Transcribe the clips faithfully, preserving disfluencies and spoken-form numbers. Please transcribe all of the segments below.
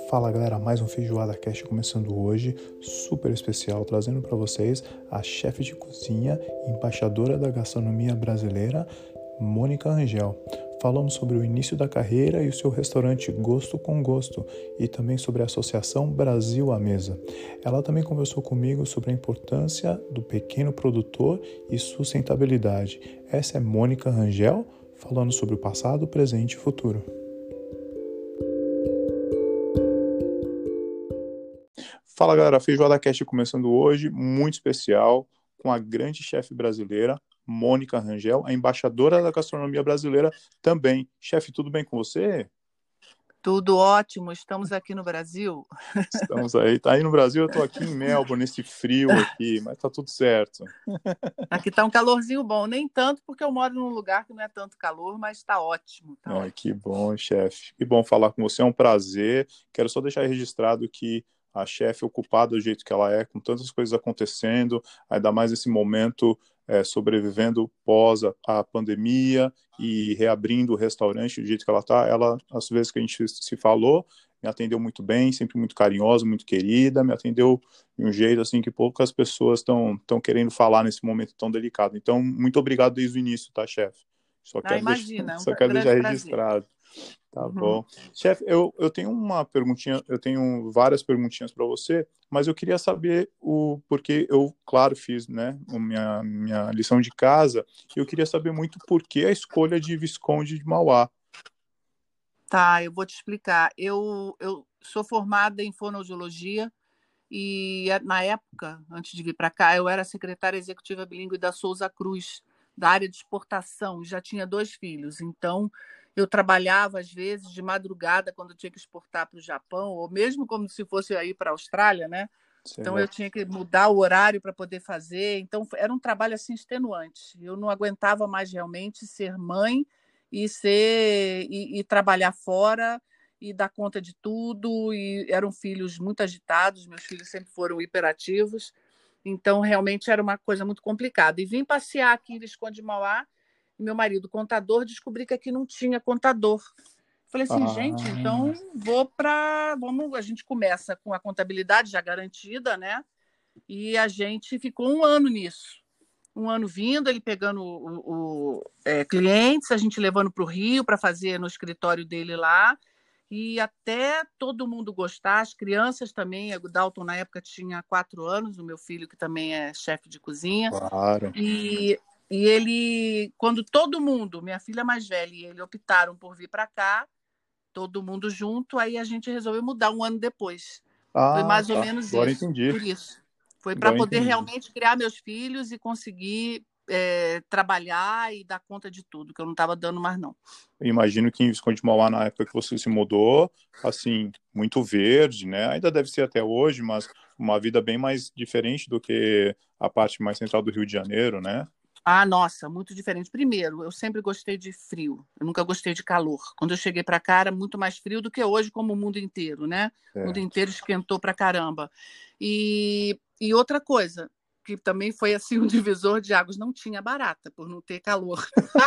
Fala galera, mais um Feijoada Cast começando hoje, super especial, trazendo para vocês a chefe de cozinha e embaixadora da gastronomia brasileira, Mônica Rangel. Falamos sobre o início da carreira e o seu restaurante Gosto com Gosto e também sobre a Associação Brasil à Mesa. Ela também conversou comigo sobre a importância do pequeno produtor e sustentabilidade. Essa é Mônica Rangel, falando sobre o passado, presente e futuro. Fala galera, Feijoada Cast começando hoje, muito especial, com a grande chefe brasileira, Mônica Rangel, a embaixadora da gastronomia brasileira também. Chefe, tudo bem com você? Tudo ótimo, estamos aqui no Brasil. Estamos aí, tá aí no Brasil, eu tô aqui em Melbourne, nesse frio aqui, mas tá tudo certo. Aqui tá um calorzinho bom, nem tanto porque eu moro num lugar que não é tanto calor, mas tá ótimo. Tá Ai, ótimo. que bom, chefe. Que bom falar com você, é um prazer. Quero só deixar registrado que a chefe ocupada do jeito que ela é, com tantas coisas acontecendo, ainda mais nesse momento, é, sobrevivendo pós a, a pandemia e reabrindo o restaurante do jeito que ela está. Ela, às vezes que a gente se falou, me atendeu muito bem, sempre muito carinhosa, muito querida, me atendeu de um jeito assim que poucas pessoas estão estão querendo falar nesse momento tão delicado. Então, muito obrigado desde o início, tá, chefe? Só Ah, quero imagina, deixar, é um só quero deixar grande prazer. registrado. Tá Uhum. bom. Chefe, eu, eu tenho uma perguntinha, eu tenho várias perguntinhas para você, mas eu queria saber o porque eu, claro, fiz, né, a minha, minha lição de casa, e eu queria saber muito por que a escolha de Visconde de Mauá. Tá, eu vou te explicar. Eu, eu sou formada em fonoaudiologia e na época, antes de vir para cá, eu era secretária executiva bilíngue da Souza Cruz, da área de exportação, já tinha dois filhos, então eu trabalhava às vezes de madrugada quando eu tinha que exportar para o Japão, ou mesmo como se fosse ir para a Austrália, né? Certo. Então eu tinha que mudar o horário para poder fazer, então era um trabalho assim extenuante. Eu não aguentava mais realmente ser mãe e ser e, e trabalhar fora e dar conta de tudo, e eram filhos muito agitados, meus filhos sempre foram hiperativos, então realmente era uma coisa muito complicada. E vim passear aqui em Visconde de Mauá, e meu marido, contador, descobri que aqui não tinha contador. Falei assim, Ah. gente, então vou para... Vamos, a gente começa com a contabilidade já garantida, né? E a gente ficou um ano nisso. Um ano vindo, ele pegando o, o, é, clientes, a gente levando para o Rio para fazer no escritório dele lá, e até todo mundo gostar, as crianças também. O Dalton, na época, tinha quatro anos, o meu filho, que também é chefe de cozinha. Claro. E, e ele, quando todo mundo, minha filha mais velha e ele optaram por vir para cá, todo mundo junto, aí a gente resolveu mudar um ano depois. Ah, Foi mais tá. ou menos Agora isso, entendi. por isso. Foi para Agora poder entendi. realmente criar meus filhos e conseguir é, trabalhar e dar conta de tudo, que eu não estava dando mais, não. Eu imagino que em Visconde de Mauá, na época que você se mudou, assim, muito verde, né? Ainda deve ser até hoje, mas uma vida bem mais diferente do que a parte mais central do Rio de Janeiro, né? Ah, nossa, muito diferente. Primeiro, eu sempre gostei de frio, eu nunca gostei de calor. Quando eu cheguei para cá, era muito mais frio do que hoje, como o mundo inteiro, né? É. O mundo inteiro esquentou para caramba. E, e outra coisa, que também foi assim um divisor de águas, não tinha barata, por não ter calor.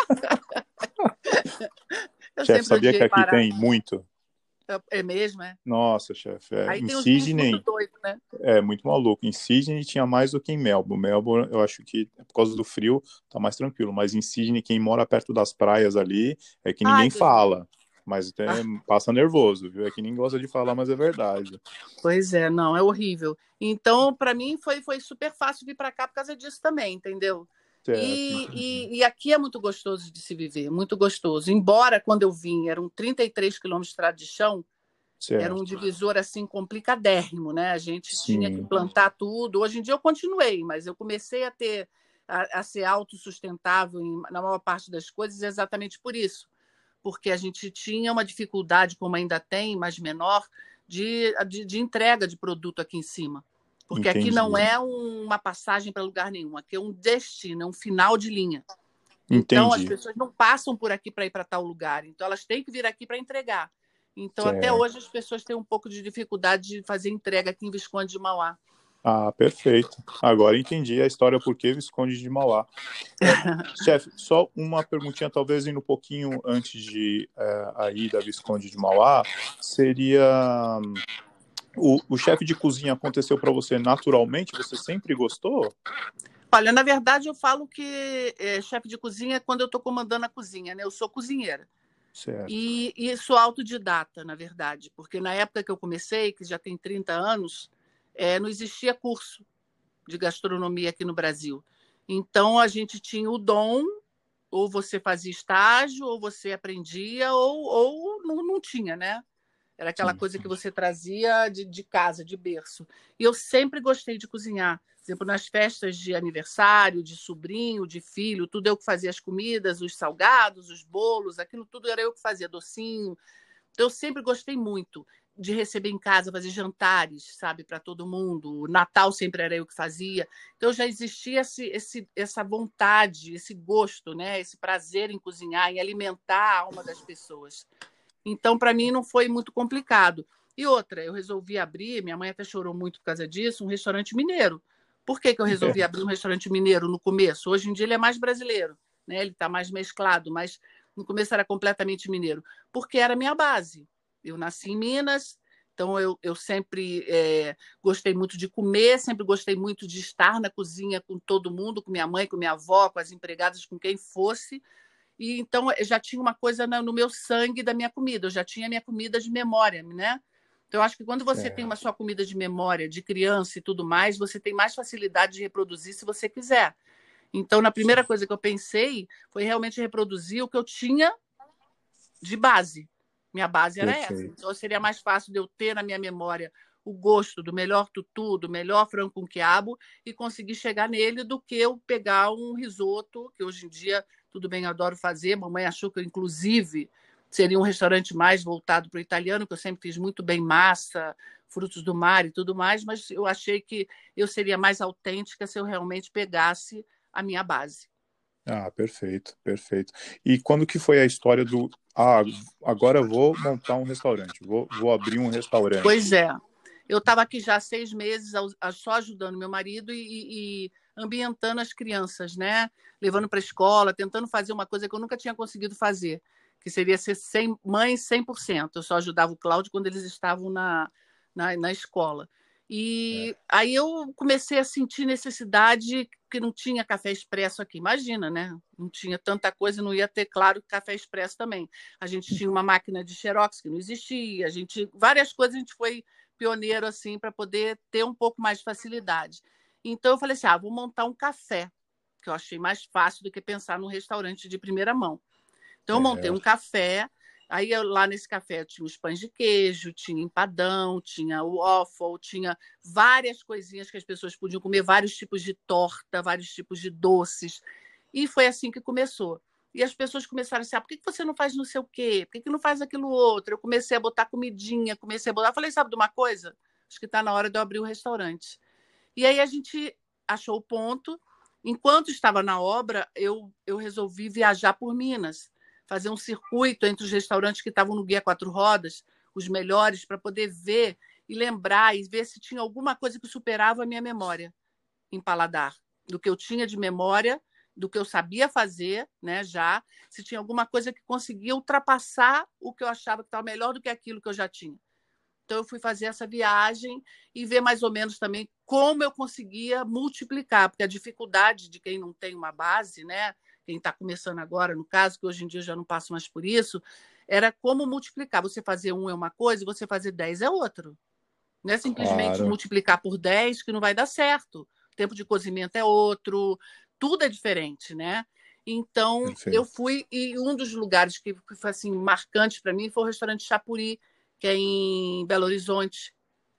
Eu Chefe, sempre sabia que odiei aqui barata. tem muito? É mesmo, é? Nossa, chefe, é, Aí em tem uns bichos muito Sydney doidos, né? é muito maluco. Em Sydney tinha mais do que em Melbourne. Melbourne, eu acho que por causa do frio tá mais tranquilo, mas em Sydney, quem mora perto das praias ali é que ninguém Ai, Deus me livre. fala, mas até passa nervoso, viu? É que ninguém gosta de falar, mas é verdade. Pois é, não, é horrível. Então, para mim, foi, foi super fácil vir para cá por causa disso também, entendeu? Certo. E, e, e aqui é muito gostoso de se viver, muito gostoso. Embora, quando eu vim, eram trinta e três quilômetros de estrada de chão, era um Certo. divisor assim complicadérrimo, né? A gente Sim. tinha que plantar tudo. Hoje em dia eu continuei, mas eu comecei a ter a, a ser autossustentável em, na maior parte das coisas exatamente por isso, porque a gente tinha uma dificuldade, como ainda tem, mas menor, de, de, de entrega de produto aqui em cima. Porque Entendi. aqui não é uma passagem para lugar nenhum, aqui é um destino, é um final de linha. Então, Entendi. as pessoas não passam por aqui para ir para tal lugar, então elas têm que vir aqui para entregar. Então, Certo. até hoje, as pessoas têm um pouco de dificuldade de fazer entrega aqui em Visconde de Mauá. Ah, perfeito. Agora entendi a história por que Visconde de Mauá. É, chefe, só uma perguntinha, talvez indo um pouquinho antes de é, a ida Visconde de Mauá, seria o, o chefe de cozinha aconteceu para você naturalmente? Você sempre gostou? Olha, na verdade, eu falo que é, chefe de cozinha é quando eu estou comandando a cozinha, né? Eu sou cozinheira. Certo. E, e sou autodidata, na verdade, porque na época que eu comecei, que já tem trinta anos, é, não existia curso de gastronomia aqui no Brasil. Então, a gente tinha o dom, ou você fazia estágio, ou você aprendia, ou, ou não, não tinha, né? Era aquela Sim. coisa que você trazia de, de casa, de berço. E eu sempre gostei de cozinhar. Por exemplo, nas festas de aniversário, de sobrinho, de filho, tudo eu que fazia as comidas, os salgados, os bolos, aquilo tudo era eu que fazia, docinho. Então, eu sempre gostei muito de receber em casa, fazer jantares, sabe, para todo mundo. O Natal sempre era eu que fazia. Então, já existia esse, esse, essa vontade, esse gosto, né? Esse prazer em cozinhar, em alimentar a alma das pessoas. Então, para mim, não foi muito complicado. E outra, eu resolvi abrir, minha mãe até chorou muito por causa disso, um restaurante mineiro. Por que, que eu resolvi abrir um restaurante mineiro no começo? Hoje em dia ele é mais brasileiro, né? Ele está mais mesclado, mas no começo era completamente mineiro, porque era a minha base. Eu nasci em Minas, então eu, eu sempre é, gostei muito de comer, sempre gostei muito de estar na cozinha com todo mundo, com minha mãe, com minha avó, com as empregadas, com quem fosse. E então eu já tinha uma coisa no meu sangue da minha comida, eu já tinha a minha comida de memória, né? Então, eu acho que quando você tem uma Certo. sua comida de memória, de criança e tudo mais, você tem mais facilidade de reproduzir se você quiser. Então, na primeira Sim. coisa que eu pensei foi realmente reproduzir o que eu tinha de base. Minha base era essa. Perfeito. Então, seria mais fácil de eu ter na minha memória o gosto do melhor tutu, do melhor frango com quiabo e conseguir chegar nele do que eu pegar um risoto, que hoje em dia, tudo bem, eu adoro fazer. Mamãe achou que eu, inclusive, seria um restaurante mais voltado para o italiano, que eu sempre fiz muito bem massa, frutos do mar e tudo mais, mas eu achei que eu seria mais autêntica se eu realmente pegasse a minha base. Ah, perfeito, perfeito. E quando que foi a história do, ah, agora eu vou montar um restaurante, vou, vou abrir um Pois restaurante. é. Eu estava aqui já há seis meses só ajudando meu marido e, e ambientando as crianças, né? Levando para a escola, tentando fazer uma coisa que eu nunca tinha conseguido fazer, que seria ser sem, mãe cem por cento. Eu só ajudava o Cláudio quando eles estavam na, na, na escola. É. E aí eu comecei a sentir necessidade que não tinha café expresso aqui. Imagina, né? Não tinha tanta coisa, não ia ter, claro, café expresso também. A gente tinha uma máquina de xerox que não existia, a gente várias coisas a gente foi pioneiro assim para poder ter um pouco mais de facilidade. Então eu falei assim: "Ah, vou montar um café", que eu achei mais fácil do que pensar num restaurante de primeira mão. Então eu montei É. um café. Aí eu, lá nesse café eu tinha os pães de queijo, tinha empadão, tinha o waffle, tinha várias coisinhas que as pessoas podiam comer, vários tipos de torta, vários tipos de doces. E foi assim que começou. E as pessoas começaram a dizer: ah, por que você não faz não sei o quê? Por que não faz aquilo outro? Eu comecei a botar comidinha, comecei a botar. Eu falei: sabe de uma coisa? Acho que está na hora de eu abrir o restaurante. E aí a gente achou o ponto. Enquanto estava na obra, eu, eu resolvi viajar por Minas, fazer um circuito entre os restaurantes que estavam no Guia Quatro Rodas, os melhores, para poder ver e lembrar e ver se tinha alguma coisa que superava a minha memória em paladar, do que eu tinha de memória, do que eu sabia fazer, né, já, se tinha alguma coisa que conseguia ultrapassar o que eu achava que estava melhor do que aquilo que eu já tinha. Então, eu fui fazer essa viagem e ver mais ou menos também como eu conseguia multiplicar, porque a dificuldade de quem não tem uma base, né? Quem está começando agora, no caso, que hoje em dia eu já não passo mais por isso, era como multiplicar. Você fazer um é uma coisa e você fazer dez é outro. Não é simplesmente Claro, multiplicar por dez que não vai dar certo. O tempo de cozimento é outro, tudo é diferente, né? Então, eu perfeito. fui, e um dos lugares que foi assim, marcante para mim foi o restaurante Chapuri, que é em Belo Horizonte.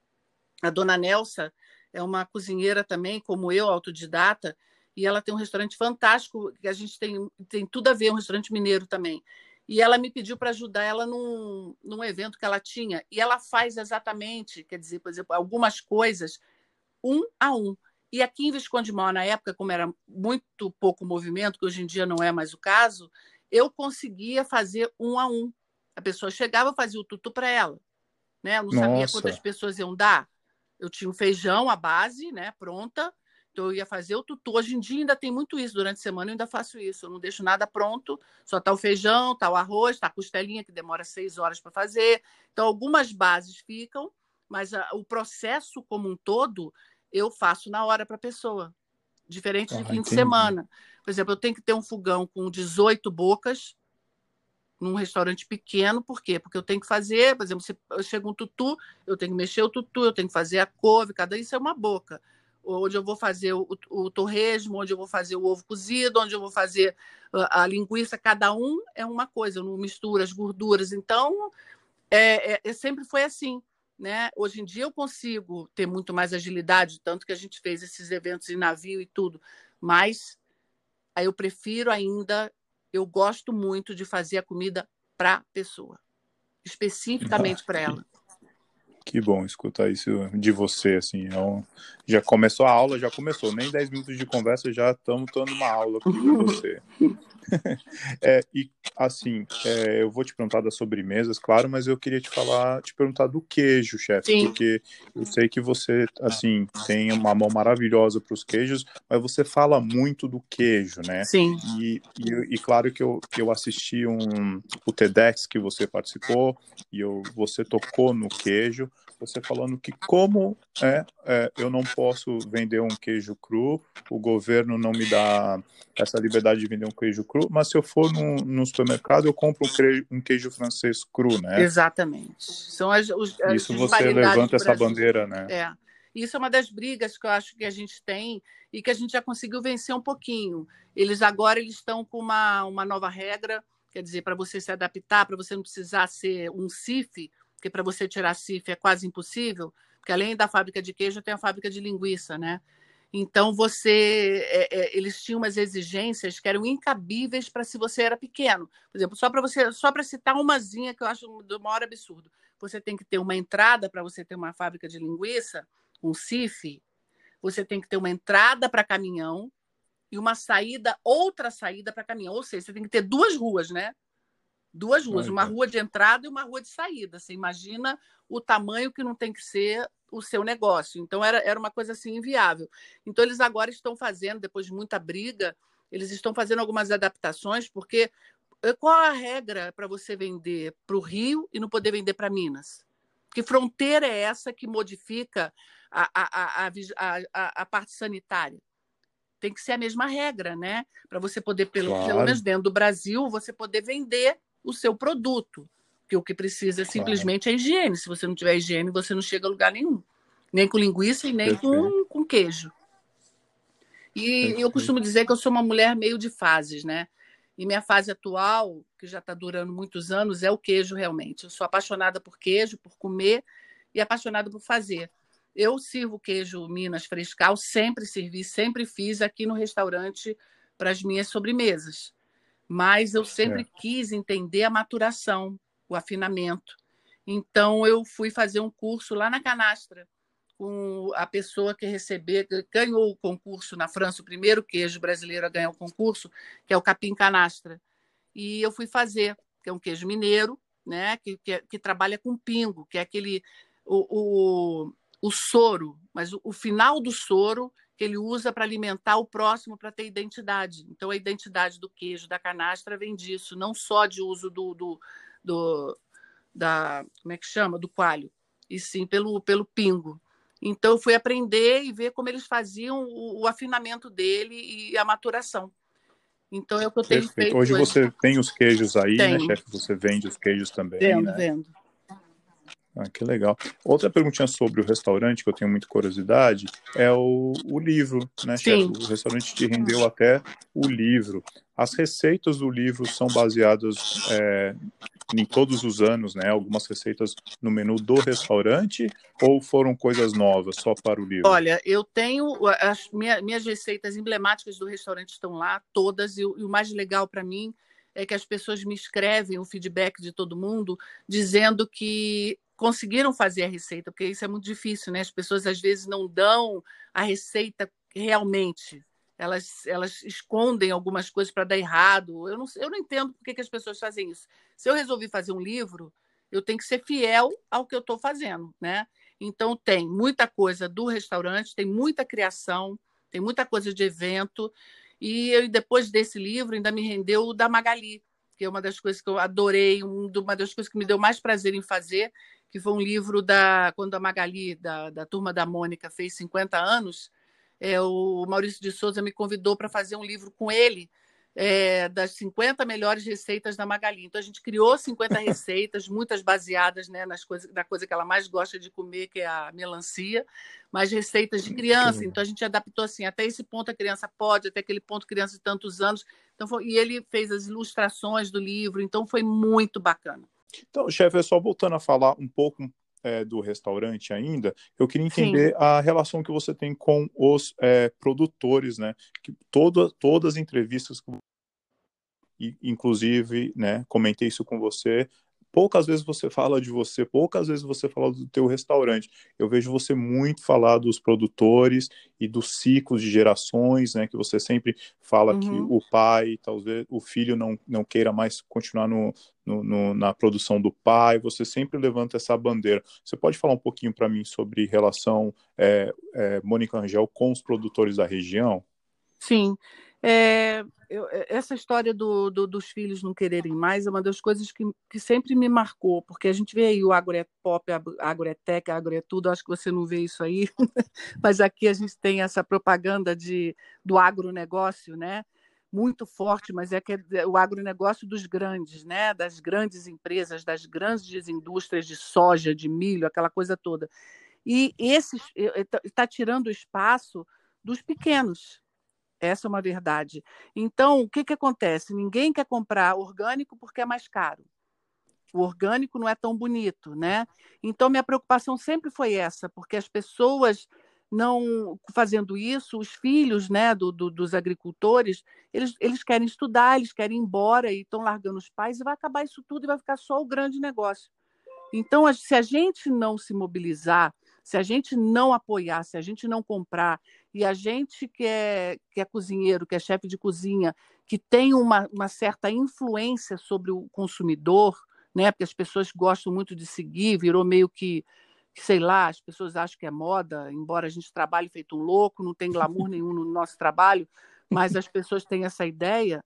A dona Nelsa é uma cozinheira também, como eu, autodidata, e ela tem um restaurante fantástico, que a gente tem, tem tudo a ver, um restaurante mineiro também. E ela me pediu para ajudar ela num, num evento que ela tinha, e ela faz exatamente, quer dizer, por exemplo, algumas coisas um a um. E aqui em Visconde de Mauá, na época, como era muito pouco movimento, que hoje em dia não é mais o caso, eu conseguia fazer um a um. A pessoa chegava, fazia o tutu para ela, né? Eu não sabia quantas Nossa, pessoas iam dar. eu tinha o feijão, a base, né, pronta, então eu ia fazer o tutu. Hoje em dia ainda tem muito isso, durante a semana eu ainda faço isso, eu não deixo nada pronto, só está o feijão, está o arroz, está a costelinha, que demora seis horas para fazer. Então, algumas bases ficam, mas a, o processo como um todo eu faço na hora para a pessoa, diferente de Ah, fim de entendi. semana. Por exemplo, eu tenho que ter um fogão com dezoito bocas, num restaurante pequeno, por quê? Porque eu tenho que fazer, por exemplo, se chega um tutu, eu tenho que mexer o tutu, eu tenho que fazer a couve, cada isso é uma boca. Onde eu vou fazer o, o torresmo, onde eu vou fazer o ovo cozido, onde eu vou fazer a, a linguiça, cada um é uma coisa, eu não misturo as gorduras. Então, é, é, sempre foi assim. Né? Hoje em dia eu consigo ter muito mais agilidade, tanto que a gente fez esses eventos em navio e tudo, mas aí eu prefiro ainda, eu gosto muito de fazer a comida para a pessoa, especificamente para ela. Que bom escutar isso de você, assim, é um... já começou a aula, já começou, nem dez minutos de conversa, já estamos dando uma aula aqui com você. É, e assim, é, eu vou te perguntar das sobremesas, claro, mas eu queria te falar, te perguntar do queijo, chefe, porque eu sei que você, assim, tem uma mão maravilhosa para os queijos, mas você fala muito do queijo, né? Sim. E, e, e claro que eu, eu assisti um, o TEDx que você participou e eu, você tocou no queijo, você falando que como é, é, eu não posso vender um queijo cru, o governo não me dá essa liberdade de vender um queijo cru, mas se eu for no, no supermercado, eu compro um queijo, um queijo francês cru, né? Exatamente. São as, os, as Isso você disparidades levanta do essa Brasil. bandeira, né? É. Isso é uma das brigas que eu acho que a gente tem e que a gente já conseguiu vencer um pouquinho. Eles agora eles estão com uma, uma nova regra, quer dizer, para você se adaptar, para você não precisar ser um C I F, porque para você tirar C I F é quase impossível, porque além da fábrica de queijo tem a fábrica de linguiça, né? Então, você, é, é, eles tinham umas exigências que eram incabíveis para se você era pequeno. Por exemplo, só para você, só para citar umazinha que eu acho do maior absurdo. Você tem que ter uma entrada para você ter uma fábrica de linguiça, um C I F. Você tem que ter uma entrada para caminhão e uma saída, outra saída para caminhão. Ou seja, você tem que ter duas ruas, né? Duas ruas, uma rua de entrada e uma rua de saída. Você imagina o tamanho que não tem que ser o seu negócio. Então, era, era uma coisa assim inviável. Então, eles agora estão fazendo, depois de muita briga, eles estão fazendo algumas adaptações, porque qual a regra para você vender para o Rio e não poder vender para Minas? Que fronteira é essa que modifica a, a, a, a, a parte sanitária? Tem que ser a mesma regra, né? Para você poder, pelo, claro. pelo menos dentro do Brasil, você poder vender o seu produto. Porque o que precisa simplesmente claro. é higiene. Se você não tiver higiene, você não chega a lugar nenhum. Nem com linguiça e nem com, com queijo. E Perfeito. eu costumo dizer que eu sou uma mulher meio de fases, né? E minha fase atual, que já está durando muitos anos, é o queijo realmente. Eu sou apaixonada por queijo, por comer e apaixonada por fazer. Eu sirvo queijo Minas Frescal, sempre servi, sempre fiz aqui no restaurante para as minhas sobremesas. Mas eu sempre é. quis entender a maturação, o afinamento. Então, eu fui fazer um curso lá na Canastra, com a pessoa que recebeu, ganhou o concurso na França, o primeiro queijo brasileiro a ganhar o concurso, que é o Capim Canastra. E eu fui fazer, que é um queijo mineiro, né, que, que, que trabalha com pingo, que é aquele... o, o o soro, mas o, o final do soro que ele usa para alimentar o próximo para ter identidade. Então, a identidade do queijo, da canastra, vem disso, não só de uso do, do, do da, como é que chama? Do coalho, e sim pelo, pelo pingo. Então, eu fui aprender e ver como eles faziam o, o afinamento dele e a maturação. Então, é o que eu tenho Perfeito. feito hoje. Hoje você tem os queijos aí, tenho. né, chefe? Você vende os queijos também, vendo, né? Vendo, Ah, que legal. Outra perguntinha sobre o restaurante, que eu tenho muita curiosidade, é o, o livro, né, chefe? O restaurante te rendeu até o livro. As receitas do livro são baseadas é, em todos os anos, né? Algumas receitas no menu do restaurante ou foram coisas novas só para o livro? Olha, eu tenho as minhas, minhas receitas emblemáticas do restaurante estão lá, todas, e, e o mais legal para mim é que as pessoas me escrevem o feedback de todo mundo dizendo que conseguiram fazer a receita, porque isso é muito difícil, né? As pessoas às vezes não dão a receita realmente. Elas, elas escondem algumas coisas para dar errado. Eu não, eu não entendo por que, que as pessoas fazem isso. Se eu resolvi fazer um livro, eu tenho que ser fiel ao que eu estou fazendo, né? Então, tem muita coisa do restaurante, tem muita criação, tem muita coisa de evento. E eu, depois desse livro, ainda me rendeu o da Magali, que é uma das coisas que eu adorei, uma das coisas que me deu mais prazer em fazer, que foi um livro da quando a Magali, da, da Turma da Mônica, fez cinquenta anos. É, o Maurício de Souza me convidou para fazer um livro com ele, é, das cinquenta melhores receitas da Magali. Então, a gente criou cinquenta receitas, muitas baseadas, né, nas coisas, na coisa que ela mais gosta de comer, que é a melancia, mas receitas de criança. Então, a gente adaptou assim, até esse ponto a criança pode, até aquele ponto criança de tantos anos. Então, foi, e ele fez as ilustrações do livro, então foi muito bacana. Então, chefe, é só voltando a falar um pouco é, do restaurante ainda, eu queria entender Sim. a relação que você tem com os é, produtores, né? Que toda, todas as entrevistas, e, inclusive, né, comentei isso com você, poucas vezes você fala de você, poucas vezes você fala do teu restaurante. Eu vejo você muito falar dos produtores e dos ciclos de gerações, né? Que você sempre fala Uhum. que o pai, talvez o filho não, não queira mais continuar no, no, no, na produção do pai. Você sempre levanta essa bandeira. Você pode falar um pouquinho para mim sobre relação é, é, Mônica Rangel com os produtores da região? Sim. É, eu, essa história do, do, dos filhos não quererem mais é uma das coisas que, que sempre me marcou, porque a gente vê aí o agro é pop, agro é tech, agro é tudo, acho que você não vê isso aí, mas aqui a gente tem essa propaganda de, do agronegócio, né? Muito forte, mas é que é o agronegócio dos grandes, né? Das grandes empresas, das grandes indústrias de soja, de milho, aquela coisa toda. E esse está tirando o espaço dos pequenos. Essa é uma verdade. Então, o que, que acontece? Ninguém quer comprar orgânico porque é mais caro. O orgânico não é tão bonito, né? Então, minha preocupação sempre foi essa, porque as pessoas não fazendo isso, os filhos, né, do, do, dos agricultores, eles, eles querem estudar, eles querem ir embora e estão largando os pais e vai acabar isso tudo e vai ficar só o grande negócio. Então, se a gente não se mobilizar, se a gente não apoiar, se a gente não comprar, e a gente que é, que é cozinheiro, que é chefe de cozinha, que tem uma, uma certa influência sobre o consumidor, né? Porque as pessoas gostam muito de seguir, virou meio que, sei lá, as pessoas acham que é moda, embora a gente trabalhe feito um louco, não tem glamour nenhum no nosso trabalho, mas as pessoas têm essa ideia.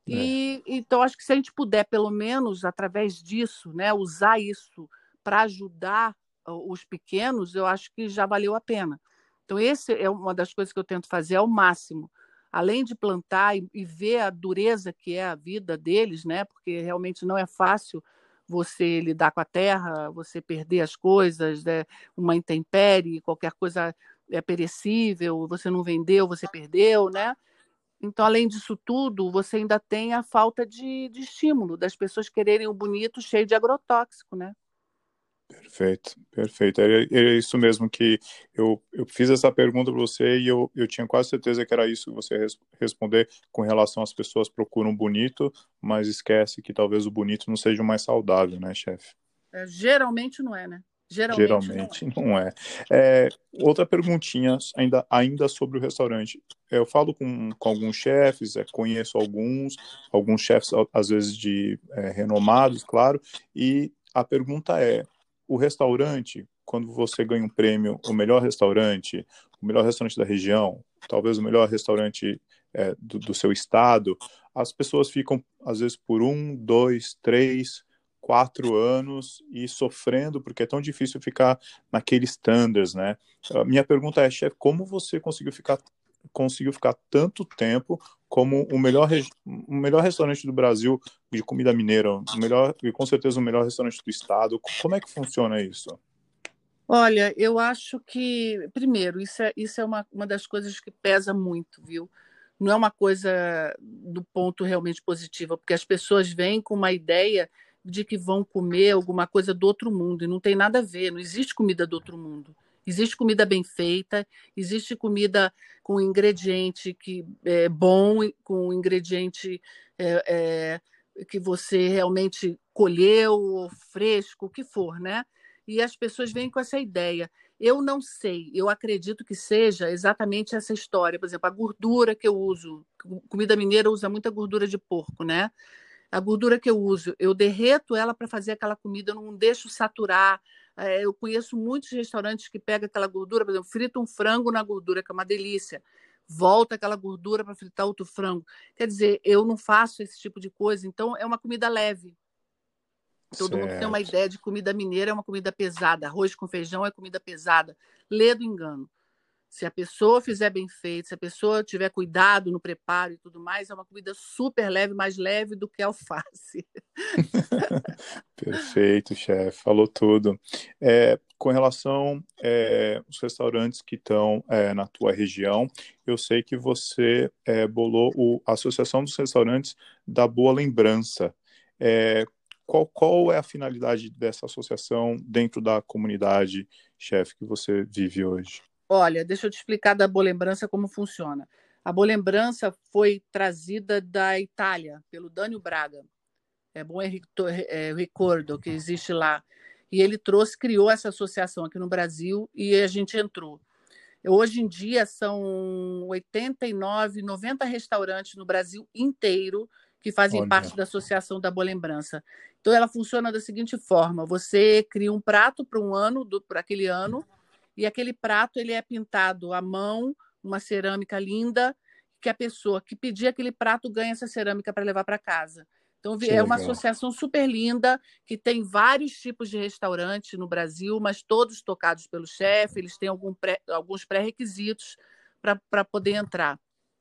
E é. Então, acho que se a gente puder, pelo menos, através disso, né, usar isso para ajudar os pequenos, eu acho que já valeu a pena. Então, essa é uma das coisas que eu tento fazer ao máximo. Além de plantar e, e ver a dureza que é a vida deles, né, porque realmente não é fácil você lidar com a terra, você perder as coisas, né, uma intempérie, qualquer coisa é perecível, você não vendeu, você perdeu, né? Então, além disso tudo, você ainda tem a falta de, de estímulo, das pessoas quererem o bonito cheio de agrotóxico, né? Perfeito, perfeito. Era, era isso mesmo que eu, eu fiz essa pergunta para você e eu, eu tinha quase certeza que era isso que você ia res, responder com relação às pessoas procuram bonito, mas esquece que talvez o bonito não seja o mais saudável, né, chefe? É, geralmente não é, né? Geralmente, Geralmente não é. não é. É, outra perguntinha ainda, ainda sobre o restaurante. Eu falo com, com alguns chefes, é, conheço alguns, alguns chefes às vezes de é, renomados, claro, e a pergunta é, o restaurante, quando você ganha um prêmio, o melhor restaurante, o melhor restaurante da região, talvez o melhor restaurante é, do, do seu estado, as pessoas ficam, às vezes, por um, dois, três, quatro anos e sofrendo, porque é tão difícil ficar naqueles standards, né? A minha pergunta é, chefe, como você conseguiu ficar conseguiu ficar tanto tempo como o melhor, o melhor restaurante do Brasil de comida mineira, o melhor, e com certeza o melhor restaurante do estado. Como é que funciona isso? Olha, eu acho que, primeiro, isso é, isso é uma, uma das coisas que pesa muito, viu? Não é uma coisa do ponto realmente positiva, porque as pessoas vêm com uma ideia de que vão comer alguma coisa do outro mundo, e não tem nada a ver, não existe comida do outro mundo. Existe comida bem feita, existe comida com ingrediente que é bom, com ingrediente é, é, que você realmente colheu, fresco, o que for, né? E as pessoas vêm com essa ideia. Eu não sei, eu acredito que seja exatamente essa história. Por exemplo, a gordura que eu uso, comida mineira usa muita gordura de porco, né? A gordura que eu uso, eu derreto ela para fazer aquela comida, eu não deixo saturar. É, eu conheço muitos restaurantes que pegam aquela gordura, por exemplo, frita um frango na gordura, que é uma delícia. Volta aquela gordura para fritar outro frango. Quer dizer, eu não faço esse tipo de coisa, então é uma comida leve. Todo mundo tem uma Certo. ideia de comida mineira, é uma comida pesada. Arroz com feijão é comida pesada. Lê do engano. Se a pessoa fizer bem feito, se a pessoa tiver cuidado no preparo e tudo mais, é uma comida super leve, mais leve do que alface. Perfeito, chefe, falou tudo. É, com relação é, aos restaurantes que estão é, na tua região, eu sei que você é, bolou o, a Associação dos Restaurantes da Boa Lembrança. É, qual, qual é a finalidade dessa associação dentro da comunidade, chefe, que você vive hoje? Olha, deixa eu te explicar da Boa Lembrança como funciona. A Boa Lembrança foi trazida da Itália, pelo Dânio Braga. É bom é, é, Ricordo, que existe lá. E ele trouxe, criou essa associação aqui no Brasil e a gente entrou. Hoje em dia são oitenta e nove, noventa restaurantes no Brasil inteiro que fazem Olha, parte da Associação da Boa Lembrança. Então ela funciona da seguinte forma: você cria um prato para um ano, para aquele ano, e aquele prato ele é pintado à mão, uma cerâmica linda, que a pessoa que pedir aquele prato ganha essa cerâmica para levar para casa. Então, que é uma legal. associação super linda, que tem vários tipos de restaurantes no Brasil, mas todos tocados pelo chefe, eles têm algum pré, alguns pré-requisitos para poder entrar.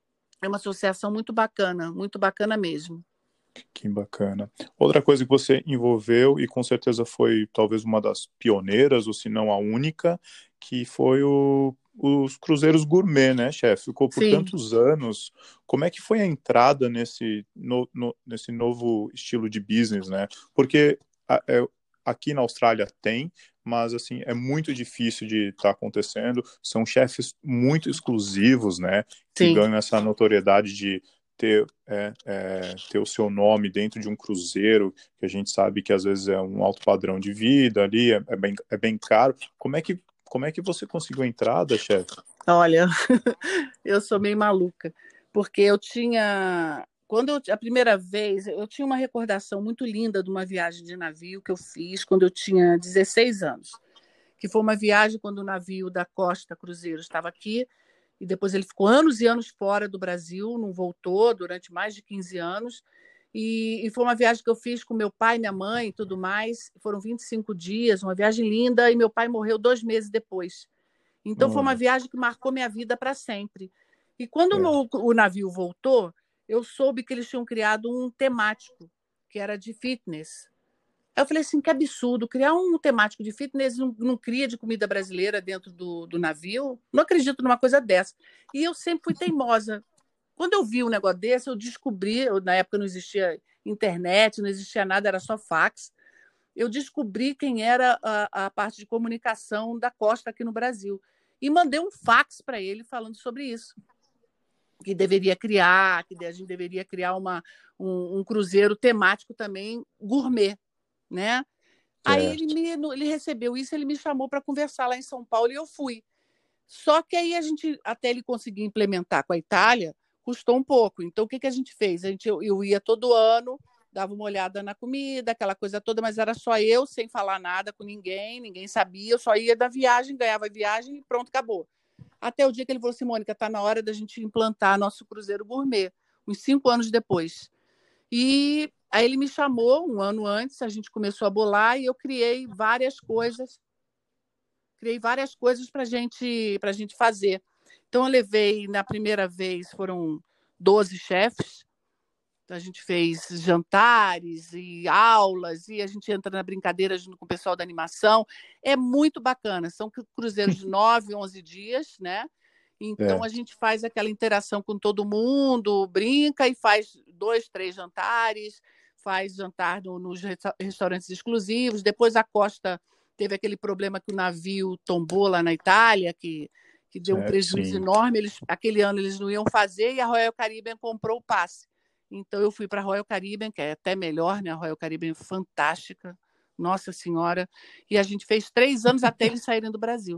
É uma associação muito bacana, muito bacana mesmo. Que bacana. Outra coisa que você envolveu, e com certeza foi talvez uma das pioneiras, ou se não a única, que foi o, os cruzeiros gourmet, né, chefe? Ficou por Sim, tantos anos. Como é que foi a entrada nesse, no, no, nesse novo estilo de business, né? Porque a, é, aqui na Austrália tem, mas assim é muito difícil de estar tá acontecendo. São chefes muito exclusivos, né, que sim. ganham essa notoriedade de ter, é, é, ter o seu nome dentro de um cruzeiro, que a gente sabe que às vezes é um alto padrão de vida ali, é, é, bem, é bem caro. Como é que, como é que você conseguiu a entrada, chefe? Olha, eu sou meio maluca, porque eu tinha. Quando eu, a primeira vez, eu tinha uma recordação muito linda de uma viagem de navio que eu fiz quando eu tinha dezesseis anos, que foi uma viagem quando o navio da Costa Cruzeiro estava aqui, e depois ele ficou anos e anos fora do Brasil, não voltou durante mais de quinze anos, e, e foi uma viagem que eu fiz com meu pai, minha mãe e tudo mais, foram vinte e cinco dias, uma viagem linda, e meu pai morreu dois meses depois. Então, foi uma Olha, viagem que marcou minha vida para sempre. E quando o, é, meu, o navio voltou, eu soube que eles tinham criado um temático, que era de fitness. Aí eu falei assim, que absurdo, criar um temático de fitness, não, não cria de comida brasileira dentro do, do navio? Não acredito numa coisa dessa. E eu sempre fui teimosa. Quando eu vi um negócio desse, eu descobri, eu, na época não existia internet, não existia nada, era só fax. Eu descobri quem era a, a parte de comunicação da Costa aqui no Brasil. E mandei um fax para ele falando sobre isso. Que deveria criar, que a gente deveria criar uma, um, um cruzeiro temático também gourmet, né? Aí ele, certo. me, ele recebeu isso, ele me chamou para conversar lá em São Paulo e eu fui. Só que aí a gente, até ele conseguir implementar com a Itália, custou um pouco. Então, o que, que a gente fez? A gente, eu, eu ia todo ano, dava uma olhada na comida, aquela coisa toda, mas era só eu, sem falar nada com ninguém, ninguém sabia, eu só ia da viagem, ganhava a viagem e pronto, acabou. Até o dia que ele falou assim, Mônica, está na hora da gente implantar nosso cruzeiro gourmet, uns cinco anos depois. E aí ele me chamou um ano antes, a gente começou a bolar e eu criei várias coisas criei várias coisas para gente, a gente fazer. Então, eu levei, na primeira vez, foram doze chefes, a gente fez jantares e aulas, e a gente entra na brincadeira junto com o pessoal da animação. É muito bacana, são cruzeiros de nove, onze dias, né? Então, a Certo. gente faz aquela interação com todo mundo, brinca e faz dois, três jantares, faz jantar no, nos restaurantes exclusivos. Depois, a Costa teve aquele problema que o navio tombou lá na Itália, que, que deu um Certo, prejuízo sim. enorme. Eles, aquele ano eles não iam fazer e a Royal Caribbean comprou o passe. Então, eu fui para a Royal Caribbean, que é até melhor, né? A Royal Caribbean é fantástica, nossa senhora. E a gente fez três anos até eles saírem do Brasil.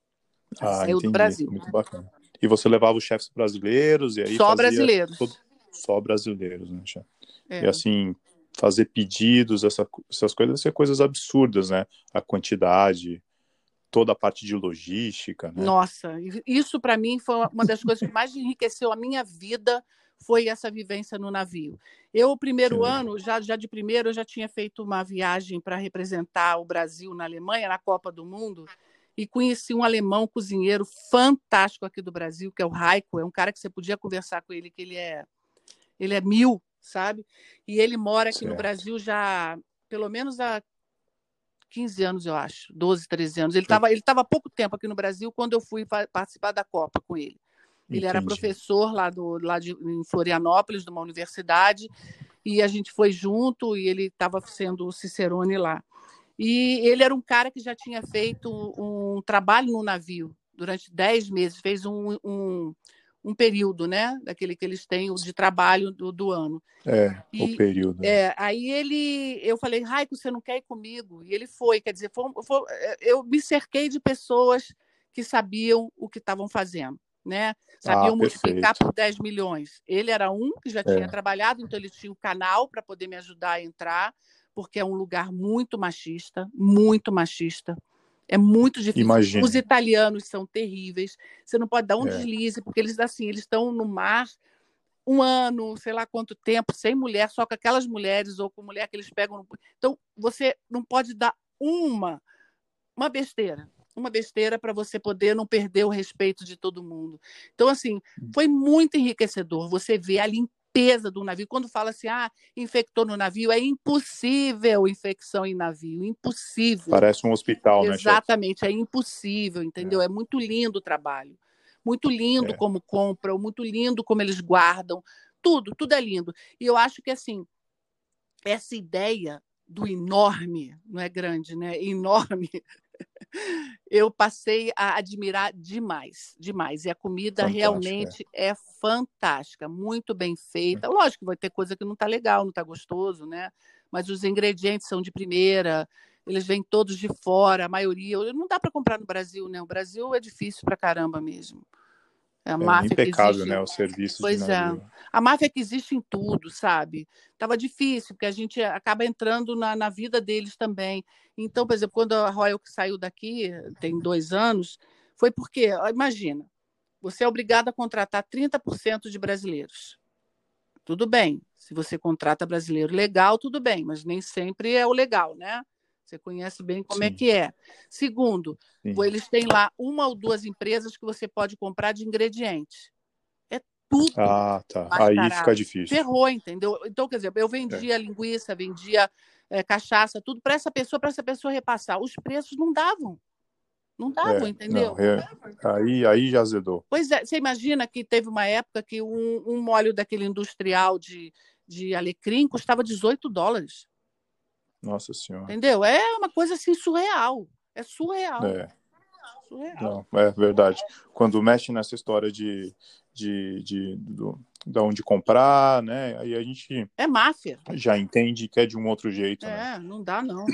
Aí Ah, saiu do entendi. Brasil. Muito bacana. E você levava os chefes brasileiros e aí Só fazia todo. brasileiros. Só brasileiros, né, chefe? É. E assim, fazer pedidos, essa, essas coisas, são coisas absurdas, né? A quantidade, toda a parte de logística, né? Nossa, isso para mim foi uma das coisas que mais enriqueceu a minha vida, foi essa vivência no navio. Eu, o primeiro ano, já, já de primeiro, eu já tinha feito uma viagem para representar o Brasil na Alemanha, na Copa do Mundo, e conheci um alemão cozinheiro fantástico aqui do Brasil, que é o Raico, é um cara que você podia conversar com ele, que ele é, ele é mil, sabe? E ele mora aqui Certo. no Brasil já, pelo menos há quinze anos, eu acho, doze, treze anos. Ele estava ele estava há pouco tempo aqui no Brasil quando eu fui participar da Copa com ele. Ele Entendi. era professor lá, do, lá de, em Florianópolis, de uma universidade, e a gente foi junto e ele estava sendo Cicerone lá. E ele era um cara que já tinha feito um trabalho no navio durante dez meses, fez um, um, um período, né, daquele que eles têm de trabalho do, do ano. É, e, o período. É, aí ele, eu falei, Raico, você não quer ir comigo? E ele foi, quer dizer, foi, foi, eu me cerquei de pessoas que sabiam o que estavam fazendo, né? Sabiam Ah, multiplicar perfeito. por dez milhões. Ele era um que já tinha É. trabalhado, então ele tinha um canal para poder me ajudar a entrar, porque é um lugar muito machista, muito machista. É muito difícil. Imagina. Os italianos são terríveis. Você não pode dar um É. deslize, porque eles assim, eles estão no mar um ano, sei lá quanto tempo, sem mulher, só com aquelas mulheres ou com mulher que eles pegam. No... Então, você não pode dar uma, uma besteira, uma besteira para você poder não perder o respeito de todo mundo. Então, assim, foi muito enriquecedor você ver a limpeza do navio. Quando fala assim, ah, infectou no navio, é impossível infecção em navio, impossível. Parece um hospital, né, chefe? Exatamente, é impossível, entendeu? É, é muito lindo o trabalho. Muito lindo É. como compram, muito lindo como eles guardam, tudo, tudo é lindo. E eu acho que, assim, essa ideia do enorme, não é grande, né? Enorme, eu passei a admirar demais, demais. E a comida Fantástico, realmente é. é fantástica, muito bem feita. Lógico que vai ter coisa que não está legal, não está gostoso, né? Mas os ingredientes são de primeira, eles vêm todos de fora, a maioria. Não dá para comprar no Brasil, né? O Brasil é difícil para caramba mesmo. A é máfia que impecável, existe. né, o serviço Pois de navio. é. A máfia que existe em tudo, sabe? Estava difícil, porque a gente acaba entrando na, na vida deles também. Então, por exemplo, quando a Royal saiu daqui, tem dois anos, foi porque, imagina, você é obrigado a contratar trinta por cento de brasileiros. Tudo bem, se você contrata brasileiro legal, tudo bem, mas nem sempre é o legal, né? Você conhece bem como Sim. é que é. Segundo, Sim. eles têm lá uma ou duas empresas que você pode comprar de ingredientes. É tudo. Ah, tá. Mascarado. Aí fica difícil. Ferrou, entendeu? Então, quer dizer, eu vendia é. linguiça, vendia é, cachaça, tudo para essa pessoa, para essa pessoa repassar. Os preços não davam. Não davam, é, entendeu? Não, é, aí, aí já azedou. Pois é, você imagina que teve uma época que um, um molho daquele industrial de, de alecrim custava dezoito dólares. Nossa Senhora. Entendeu? É uma coisa assim surreal. É surreal. É. Surreal. Não, é verdade. Quando mexe nessa história de, de, de, do, de onde comprar, né? Aí a gente é máfia. Já entende que é de um outro jeito, é, né? É, não dá não.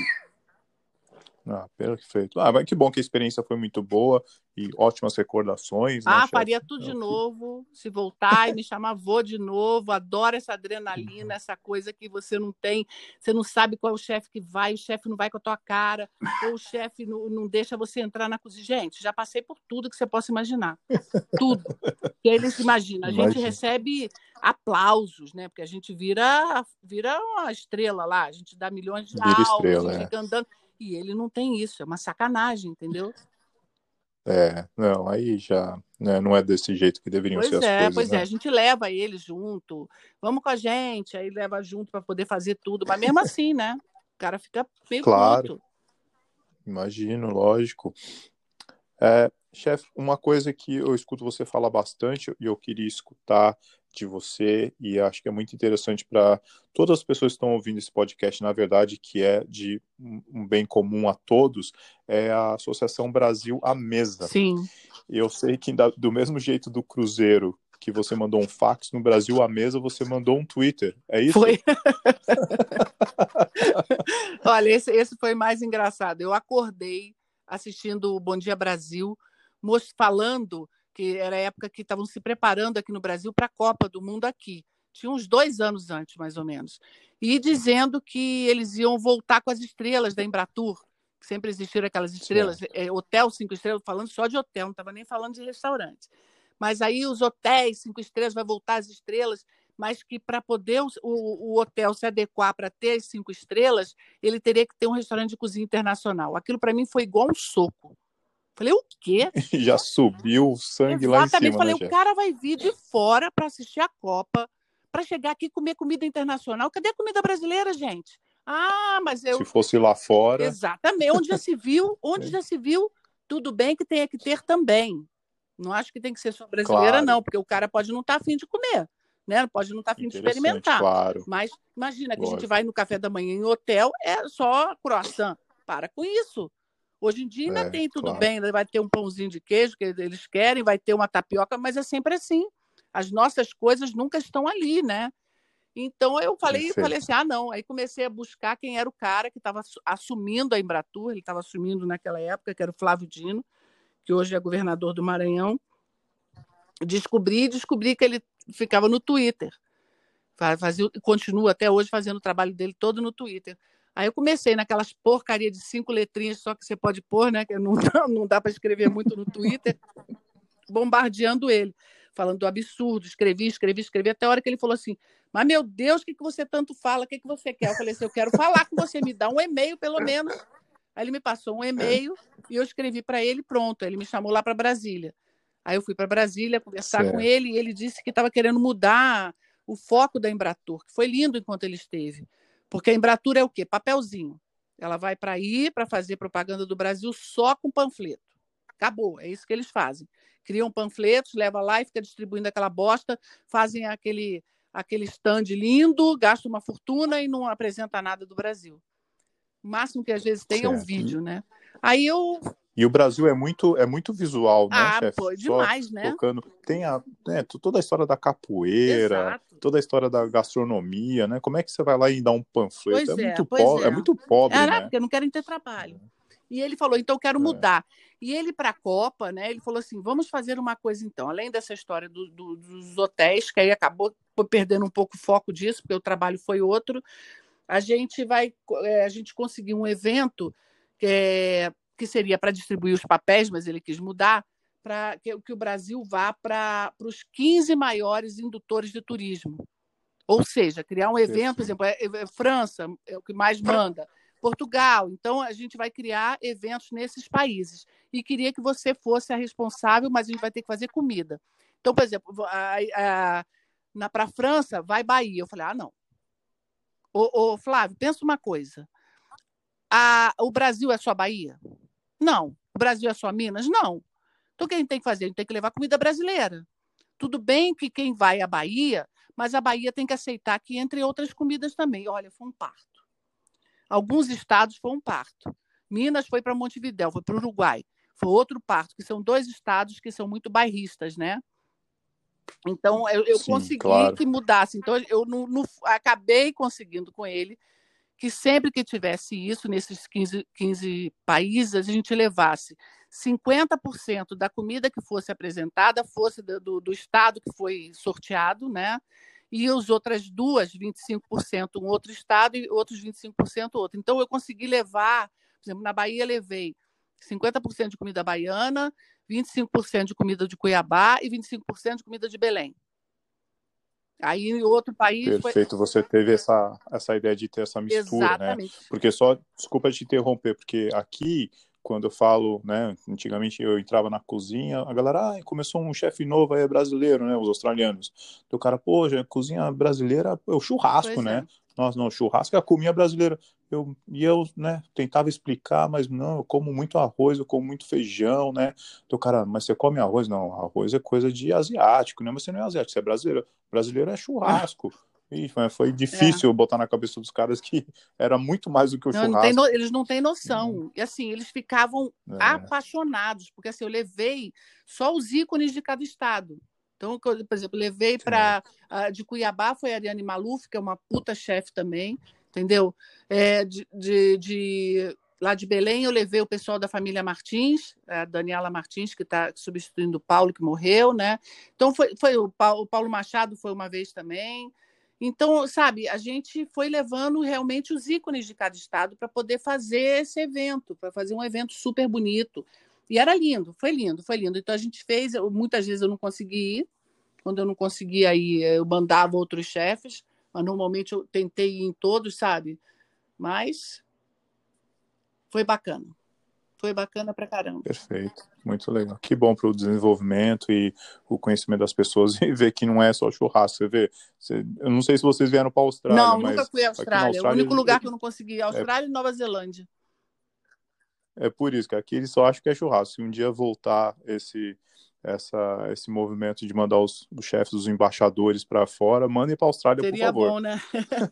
Ah, perfeito. Ah, mas que bom que a experiência foi muito boa e ótimas recordações, né, Ah, chefe? faria tudo de novo, se voltar e me chamar vô de novo. Adoro essa adrenalina, essa coisa que você não tem, você não sabe qual é o chefe que vai, o chefe não vai com a tua cara, ou o chefe não, não deixa você entrar na cozinha. Gente, já passei por tudo que você possa imaginar. Tudo. E aí eles imaginam, a gente recebe aplausos, né? Porque a gente vira, vira uma estrela lá, a gente dá milhões de Vira aulas, estrela, a gente é. fica andando. E ele não tem isso, é uma sacanagem, entendeu? É, não, aí já né, não é desse jeito que deveriam pois ser as é, coisas, Pois né? é, a gente leva ele junto, vamos com a gente, aí leva junto para poder fazer tudo, mas mesmo assim, né? O cara fica meio Claro, puto. Imagino, lógico. É, chefe, uma coisa que eu escuto você falar bastante e eu queria escutar de você e acho que é muito interessante para todas as pessoas que estão ouvindo esse podcast, na verdade, que é de um bem comum a todos, é a Associação Brasil à Mesa. Sim. E eu sei que do mesmo jeito do Cruzeiro, que você mandou um fax, no Brasil à Mesa você mandou um Twitter, é isso? Foi. Olha, esse, esse foi mais engraçado. Eu acordei assistindo o Bom Dia Brasil, falando que era a época que estavam se preparando aqui no Brasil para a Copa do Mundo aqui. tinha uns dois anos antes, mais ou menos, e dizendo que eles iam voltar com as estrelas da Embratur, que sempre existiram aquelas estrelas, é, hotel cinco estrelas, falando só de hotel, não estava nem falando de restaurante. Mas aí os hotéis cinco estrelas, vai voltar as estrelas, mas que para poder o, o, o hotel se adequar para ter as cinco estrelas, ele teria que ter um restaurante de cozinha internacional. Aquilo para mim foi igual um soco. Falei, o quê? Já subiu o sangue Exatamente. lá em cima, Falei, né, o chefe? cara vai vir de fora para assistir a Copa, para chegar aqui e comer comida internacional. Cadê a comida brasileira, gente? Ah, mas eu... Se fosse lá fora... Exatamente. Onde já se viu, onde já se viu, tudo bem que tenha que ter também. Não acho que tem que ser só brasileira, Claro. não, porque o cara pode não estar afim de comer, né? Pode não estar afim de experimentar. Claro. Mas imagina que Lógico. a gente vai no café da manhã em hotel, é só croissant. Para com isso. Hoje em dia ainda é, tem tudo claro. bem, vai ter um pãozinho de queijo que eles querem, vai ter uma tapioca, mas é sempre assim. As nossas coisas nunca estão ali, né? Então eu falei, falei assim, ah, não. Aí comecei a buscar quem era o cara que estava assumindo a Embratur, ele estava assumindo naquela época, que era o Flávio Dino, que hoje é governador do Maranhão. Descobri, descobri que ele ficava no Twitter. Fazia, continua até hoje fazendo o trabalho dele todo no Twitter. Aí eu comecei naquelas porcaria de cinco letrinhas só que você pode pôr, né? Que não, não dá para escrever muito no Twitter, bombardeando ele, falando do absurdo. Escrevi, escrevi, escrevi, até a hora que ele falou assim, mas, meu Deus, o que, que você tanto fala? O que, que você quer? Eu falei assim, eu quero falar com você, me dá um e-mail, pelo menos. Aí ele me passou um e-mail e eu escrevi para ele, pronto. Aí ele me chamou lá para Brasília. Aí eu fui para Brasília conversar certo. com ele e ele disse que estava querendo mudar o foco da Embratur, que foi lindo enquanto ele esteve. Porque a Embratur é o quê? Papelzinho. Ela vai para ir para fazer propaganda do Brasil só com panfleto. Acabou, é isso que eles fazem. Criam panfletos, leva lá e fica distribuindo aquela bosta, fazem aquele, aquele stand lindo, gastam uma fortuna e não apresenta nada do Brasil. O máximo que às vezes tem certo. é um vídeo, né? Aí eu... E o Brasil é muito, é muito visual, né, ah, chefe? Pô, demais, Só né? Tocando, tem a, né, toda a história da capoeira, Exato. toda a história da gastronomia, né? Como é que você vai lá e dar um panfleto? Pois é, é, muito pois pobre, é. é muito pobre, é, né? Porque não querem ter trabalho. E ele falou, então eu quero é. mudar. E ele, para a Copa, né, ele falou assim, vamos fazer uma coisa então, além dessa história do, do, dos hotéis, que aí acabou perdendo um pouco o foco disso, porque o trabalho foi outro, a gente vai, a gente conseguiu um evento que, é, que seria para distribuir os papéis, mas ele quis mudar, para que, que o Brasil vá para os quinze maiores indutores de turismo. Ou seja, criar um evento, por exemplo, é, é, França é o que mais manda, Portugal. Então, a gente vai criar eventos nesses países. E queria que você fosse a responsável, mas a gente vai ter que fazer comida. Então, por exemplo, para a França, vai Bahia. Eu falei, ah, não. Ô, ô, Flávio, pensa uma coisa. A, o Brasil é só Bahia? Não. O Brasil é só Minas? Não. Então, o que a gente tem que fazer? A gente tem que levar comida brasileira. Tudo bem que quem vai à Bahia, mas a Bahia tem que aceitar que, entre outras comidas também. Olha, foi um parto. Alguns estados foi um parto. Minas foi para Montevidéu, foi para o Uruguai. Foi outro parto, que são dois estados que são muito bairristas, né? Então, eu, eu Sim, consegui claro. que mudasse. Então, eu não, não, acabei conseguindo com ele que sempre que tivesse isso, nesses quinze, quinze países, a gente levasse cinquenta por cento da comida que fosse apresentada fosse do, do estado que foi sorteado, né? E as outras duas, vinte e cinco por cento um outro estado e outros vinte e cinco por cento outro. Então, eu consegui levar, por exemplo, na Bahia, levei cinquenta por cento de comida baiana, vinte e cinco por cento de comida de Cuiabá e vinte e cinco por cento de comida de Belém. Aí, em outro país... Perfeito, foi... você teve essa, essa ideia de ter essa mistura, Exatamente. Né? Porque só, desculpa te interromper, porque aqui, quando eu falo, né, antigamente eu entrava na cozinha, a galera, ah, começou um chefe novo aí, é brasileiro, né, os australianos. Então o cara, pô, já, cozinha brasileira é o churrasco, pois né? É. Nossa, não, churrasco é a comida brasileira. Eu, e eu, né, tentava explicar, mas não, eu como muito arroz, eu como muito feijão, né? Então, cara, mas você come arroz? Não, arroz é coisa de asiático, né? Mas você não é asiático, você é brasileiro. Brasileiro é churrasco. E foi difícil é. botar na cabeça dos caras que era muito mais do que o não, churrasco. Não tem no, eles não têm noção. É. E assim, eles ficavam é. apaixonados, porque assim, eu levei só os ícones de cada estado. Então, por exemplo, levei para de Cuiabá, foi a Ariane Maluf, que é uma puta chefe também, entendeu? É, de, de, de lá de Belém, eu levei o pessoal da família Martins, a Daniela Martins, que está substituindo o Paulo, que morreu, né? Então, foi, foi o, Paulo, o Paulo Machado foi uma vez também. Então, sabe, a gente foi levando realmente os ícones de cada estado para poder fazer esse evento, para fazer um evento super bonito. E era lindo, foi lindo, foi lindo. Então, a gente fez, eu, muitas vezes eu não consegui ir, quando eu não conseguia ir, eu mandava outros chefes, mas normalmente eu tentei ir em todos, sabe? Mas foi bacana. Foi bacana pra caramba. Perfeito, muito legal. Que bom para o desenvolvimento e o conhecimento das pessoas e ver que não é só churrasco. Você vê, você, eu não sei se vocês vieram para a Austrália, Não, nunca mas fui à aqui na Austrália. O Austrália único lugar que eu não consegui ir é é, Austrália e Nova Zelândia. é por isso que aqui eles só acham que é churrasco. Se um dia voltar esse essa esse movimento de mandar os, os chefes, os embaixadores para fora, mandem para a Austrália, por Seria favor. bom, né?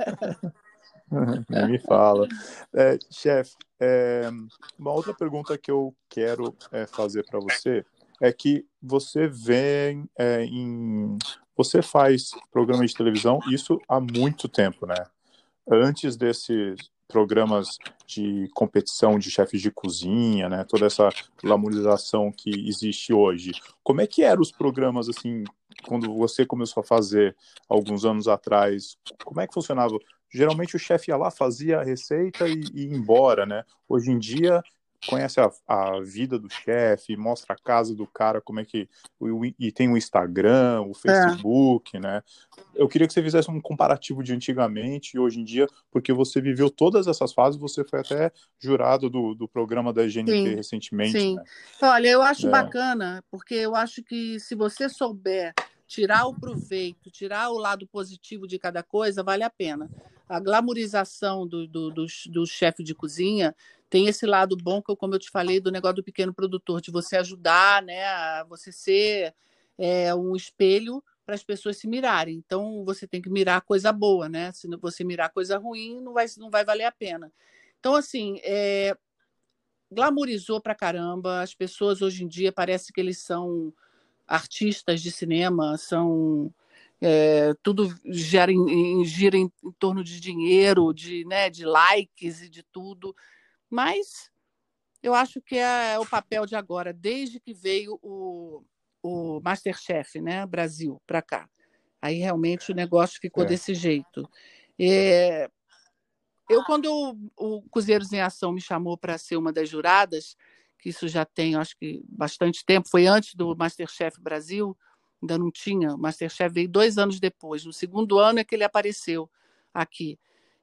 Nem me fala. É, chefe, é, uma outra pergunta que eu quero é, fazer para você é que você vem é, em. Você faz programa de televisão, isso há muito tempo, né? Antes desses programas de competição de chefes de cozinha, né? Toda essa glamorização que existe hoje. Como é que eram os programas, assim, quando você começou a fazer alguns anos atrás? Como é que funcionava? Geralmente o chefe ia lá, fazia a receita e, e ia embora, né? Hoje em dia, conhece a, a vida do chefe, mostra a casa do cara, como é que... E tem o Instagram, o É. Facebook, né? Eu queria que você fizesse um comparativo de antigamente e hoje em dia, porque você viveu todas essas fases, você foi até jurado do, do programa da G N T Sim, recentemente, sim. né? Olha, eu acho É, bacana, porque eu acho que se você souber tirar o proveito, tirar o lado positivo de cada coisa, vale a pena. A glamorização do, do, do, do chefe de cozinha tem esse lado bom, que eu, como eu te falei, do negócio do pequeno produtor, de você ajudar, né, a você ser é, um espelho para as pessoas se mirarem. Então, você tem que mirar coisa boa, né? Se você mirar coisa ruim, não vai, não vai valer a pena. Então, assim, é, glamorizou pra caramba. As pessoas hoje em dia parece que eles são artistas de cinema, são é, tudo gira em, gira em, em torno de dinheiro, de, né, de likes e de tudo. Mas eu acho que é o papel de agora, desde que veio o, o MasterChef, né, Brasil, para cá. Aí realmente o negócio ficou é, desse jeito. É, eu, quando o, o Cozinheiros em Ação me chamou para ser uma das juradas, que isso já tem, acho que, bastante tempo, foi antes do MasterChef Brasil, ainda não tinha, o MasterChef veio dois anos depois, no segundo ano é que ele apareceu aqui.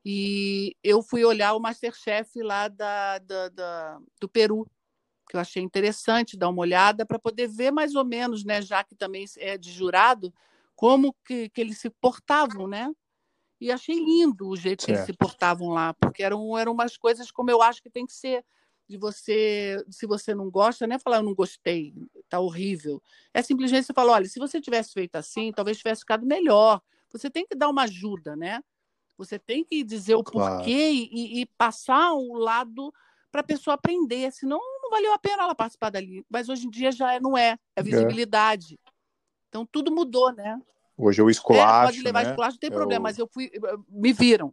E eu fui olhar o MasterChef lá da, da, da, do Peru, que eu achei interessante dar uma olhada para poder ver mais ou menos, né, já que também é de jurado, como que, que eles se portavam, né? E achei lindo o jeito que eles se certo. portavam lá, porque eram, eram umas coisas como eu acho que tem que ser. De você, se você não gosta, não é falar eu não gostei, tá horrível. É simplesmente você falar, olha, se você tivesse feito assim, talvez tivesse ficado melhor. Você tem que dar uma ajuda, né? Você tem que dizer o porquê Claro. e, e passar o lado para a pessoa aprender, senão não valeu a pena ela participar dali. Mas hoje em dia já é, não é, é É. visibilidade. Então tudo mudou, né? Hoje eu É, pode esculacho, levar né? esculacho, não tem problema, Eu, mas eu fui, me viram.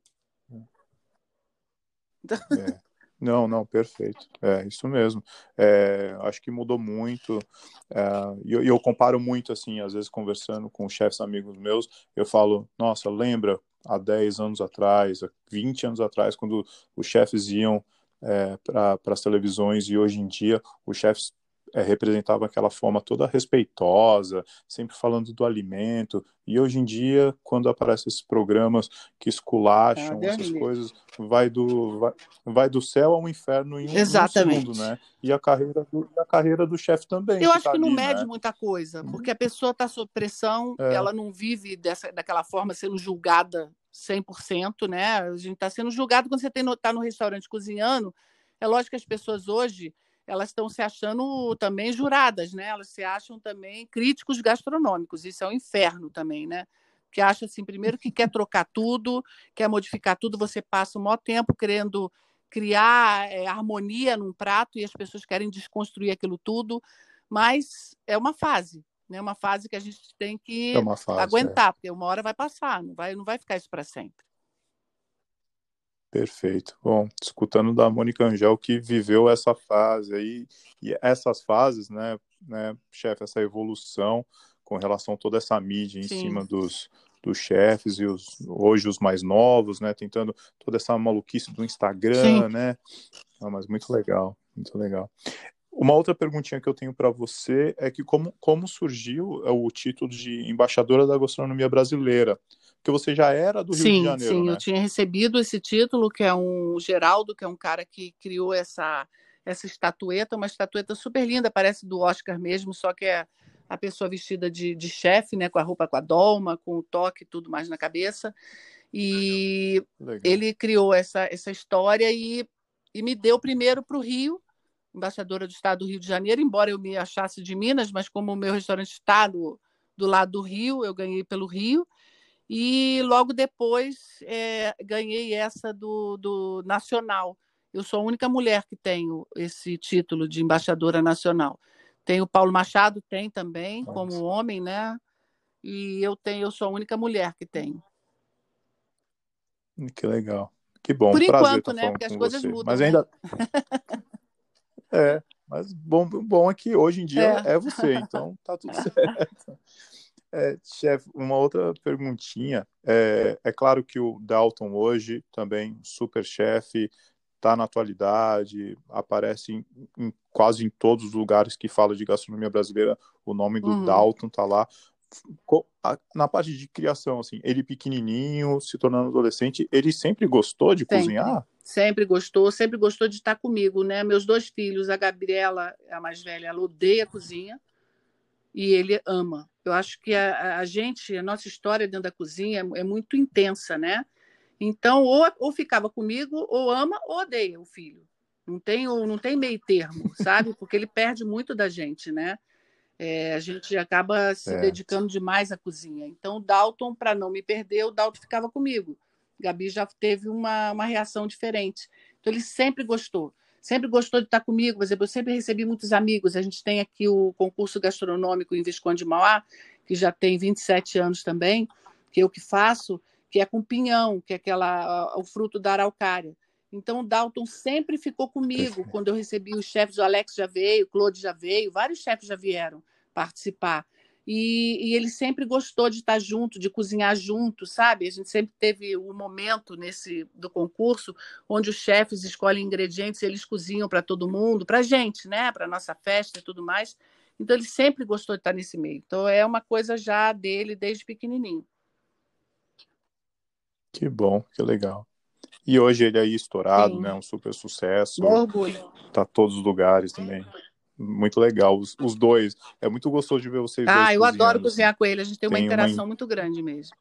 é. Não, não, perfeito. É isso mesmo. É, acho que mudou muito. É, e eu, e eu comparo muito, assim, às vezes conversando com chefes amigos meus, eu falo, nossa, lembra há dez anos atrás, há vinte anos atrás, quando os chefes iam é, para as televisões e hoje em dia os chefes é, representavam aquela forma toda respeitosa, sempre falando do alimento. E hoje em dia, quando aparecem esses programas que Ah, esculacham Deus me essas livre. coisas, vai do, vai, vai do céu ao inferno em um, em um segundo, Exatamente. né? E a carreira do, e a carreira do chefe também, Eu que acho está que não ali, mede né? muita coisa, porque a pessoa está sob pressão, É, ela não vive dessa, daquela forma sendo julgada cem por cento, né? A gente está sendo julgado quando você está no, tá no restaurante cozinhando. É lógico que as pessoas hoje elas estão se achando também juradas, né? Elas se acham também críticos gastronômicos. Isso é um inferno também, né? Que acha assim, primeiro que quer trocar tudo, quer modificar tudo, você passa o maior tempo querendo criar é, harmonia num prato e as pessoas querem desconstruir aquilo tudo, mas é uma fase, né? Uma fase que a gente tem é que uma fase, é. aguentar, porque uma hora vai passar, não vai, não vai ficar isso para sempre. Perfeito. Bom, escutando da Mônica Angel, que viveu essa fase aí, e essas fases, né, né, chefe, essa evolução com relação a toda essa mídia em Sim. cima dos, dos chefes e os, hoje os mais novos, né, tentando toda essa maluquice do Instagram, Sim. né, ah, mas muito legal, muito legal. Uma outra perguntinha que eu tenho para você é que como, como surgiu o título de embaixadora da gastronomia brasileira? Porque você já era do Rio de Sim, Janeiro, sim, eu né? tinha recebido esse título, que é um o Geraldo, que é um cara que criou essa, essa estatueta, uma estatueta super linda, parece do Oscar mesmo, só que é a pessoa vestida de, de chefe, né, com a roupa com a dolma, com o toque e tudo mais na cabeça. E Legal. ele criou essa, essa história e, e me deu primeiro para o Rio, embaixadora do estado do Rio de Janeiro, embora eu me achasse de Minas, mas como o meu restaurante está do, do lado do Rio, eu ganhei pelo Rio. E logo depois é, ganhei essa do, do nacional. Eu sou a única mulher que tenho esse título de embaixadora nacional. Tem o Paulo Machado, tem também, como homem, né? E eu tenho, eu sou a única mulher que tenho. Que legal. Que bom, Por prazer enquanto, estar né? falando Porque as com coisas você. mudam, Mas né? ainda é, mas bom, bom é que hoje em dia É. é você, então tá tudo certo. É, chefe, uma outra perguntinha. É, é claro que o Dalton hoje também super chefe, está na atualidade, aparece em, em quase em todos os lugares que fala de gastronomia brasileira, o nome do Uhum. Dalton tá lá. Na parte de criação, assim, ele pequenininho, se tornando adolescente, ele sempre gostou de Sempre. cozinhar? Sempre gostou, sempre gostou de estar comigo, né? Meus dois filhos, a Gabriela, a mais velha, ela odeia cozinha e ele ama. Eu acho que a, a gente, a nossa história dentro da cozinha é, é muito intensa, né? Então, ou, ou ficava comigo, ou ama ou odeia o filho. Não tem, não tem meio termo, sabe? Porque ele perde muito da gente, né? É, a gente acaba se É. dedicando demais à cozinha. Então, o Dalton, para não me perder, o Dalton ficava comigo. Gabi já teve uma, uma reação diferente. Então, ele sempre gostou. Sempre gostou de estar comigo. Por exemplo, eu sempre recebi muitos amigos. A gente tem aqui o concurso gastronômico em Visconde de Mauá, que já tem vinte e sete anos também, que eu que faço, que é com pinhão, que é aquela, o fruto da araucária. Então, o Dalton sempre ficou comigo. Perfeito. Quando eu recebi os chefes, o Alex já veio, o Claude já veio, vários chefes já vieram participar. E, e ele sempre gostou de estar junto, de cozinhar junto, sabe? A gente sempre teve um momento nesse do concurso onde os chefes escolhem ingredientes e eles cozinham para todo mundo, para a gente, né? Para a nossa festa e tudo mais. Então, ele sempre gostou de estar nesse meio. Então, é uma coisa já dele desde pequenininho. Que bom, que legal. E hoje ele aí estourado, Sim. né? Um super sucesso. Meu orgulho. Tá em todos os lugares também. Muito legal. Os, os dois. É muito gostoso de ver vocês dois Ah, eu cozinhando. adoro cozinhar assim. com ele. A gente tem uma Tem interação uma... muito grande mesmo.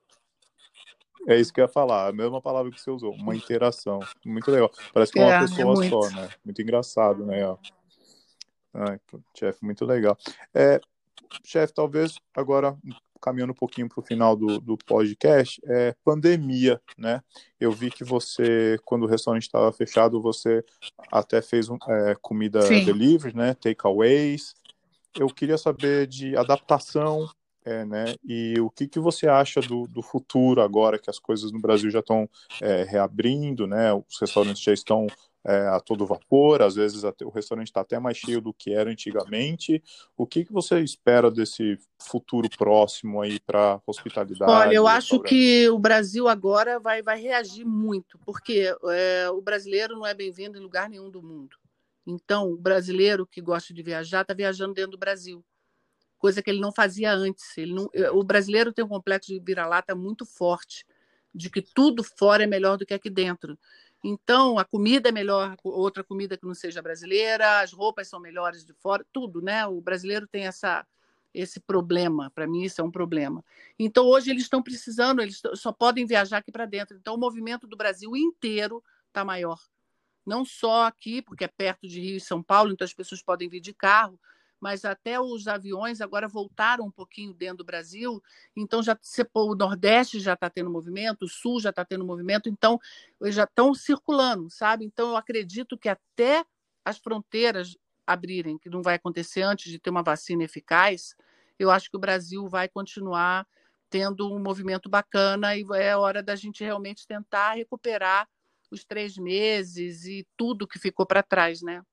É isso que eu ia falar, a mesma palavra que você usou, uma interação. Muito legal. Parece que é uma É, é pessoa muito. só, né? Muito engraçado, né? Ai, chefe, muito legal. É, chefe, talvez agora caminhando um pouquinho para o final do, do podcast, é pandemia, né? Eu vi que você, quando o restaurante estava fechado, você até fez um, é, comida Sim. delivery, né? Takeaways. Eu queria saber de adaptação, é, né? E o que, que você acha do, do futuro agora que as coisas no Brasil já estão é, reabrindo, né? Os restaurantes já estão é, a todo vapor, às vezes até, o restaurante está até mais cheio do que era antigamente. O que, que você espera desse futuro próximo aí para hospitalidade? Olha, eu acho que o Brasil agora vai, vai reagir muito, porque é, o brasileiro não é bem-vindo em lugar nenhum do mundo. Então, o brasileiro que gosta de viajar está viajando dentro do Brasil, coisa que ele não fazia antes. Ele não, o brasileiro tem um complexo de vira-lata muito forte, de que tudo fora é melhor do que aqui dentro. Então, a comida é melhor, outra comida que não seja brasileira, as roupas são melhores de fora, tudo, né? O brasileiro tem essa, esse problema, para mim isso é um problema. Então, hoje eles estão precisando, eles só podem viajar aqui para dentro. Então, o movimento do Brasil inteiro está maior. Não só aqui, porque é perto de Rio e São Paulo, então as pessoas podem vir de carro, mas até os aviões agora voltaram um pouquinho dentro do Brasil, então já o Nordeste já está tendo movimento, o Sul já está tendo movimento, então eles já estão circulando, sabe? Então eu acredito que até as fronteiras abrirem, que não vai acontecer antes de ter uma vacina eficaz, eu acho que o Brasil vai continuar tendo um movimento bacana e é hora da gente realmente tentar recuperar os três meses e tudo que ficou para trás, né?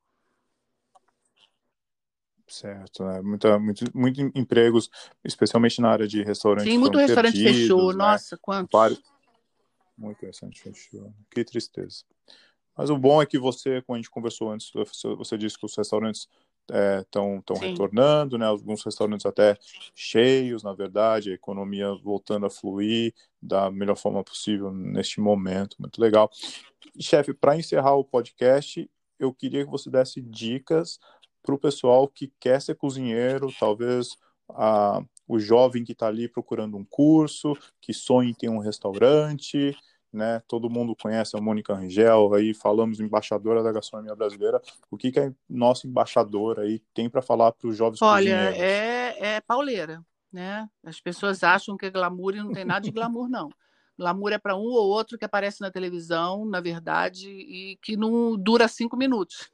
Certo, né? Muita, muito, muito empregos, especialmente na área de restaurantes, Sim, muito foram restaurante fechou. perdidos, né? Nossa, quantos? Vários, muito interessante, fechou. Que tristeza. Mas o bom é que você, como a gente conversou antes, você, você disse que os restaurantes estão é, tão Sim. retornando, né? Alguns restaurantes até cheios, na verdade, a economia voltando a fluir da melhor forma possível neste momento. Muito legal. Chefe, para encerrar o podcast, eu queria que você desse dicas para o pessoal que quer ser cozinheiro, talvez a, o jovem que está ali procurando um curso, que sonha em ter um restaurante, né? Todo mundo conhece a Mônica Rangel, aí falamos embaixadora da gastronomia brasileira. O que, que a nossa embaixadora aí tem para falar para os jovens Olha, cozinheiros? é, é pauleira, né? As pessoas acham que é glamour e não tem nada de glamour, não. Glamour é para um ou outro que aparece na televisão, na verdade, e que não dura cinco minutos.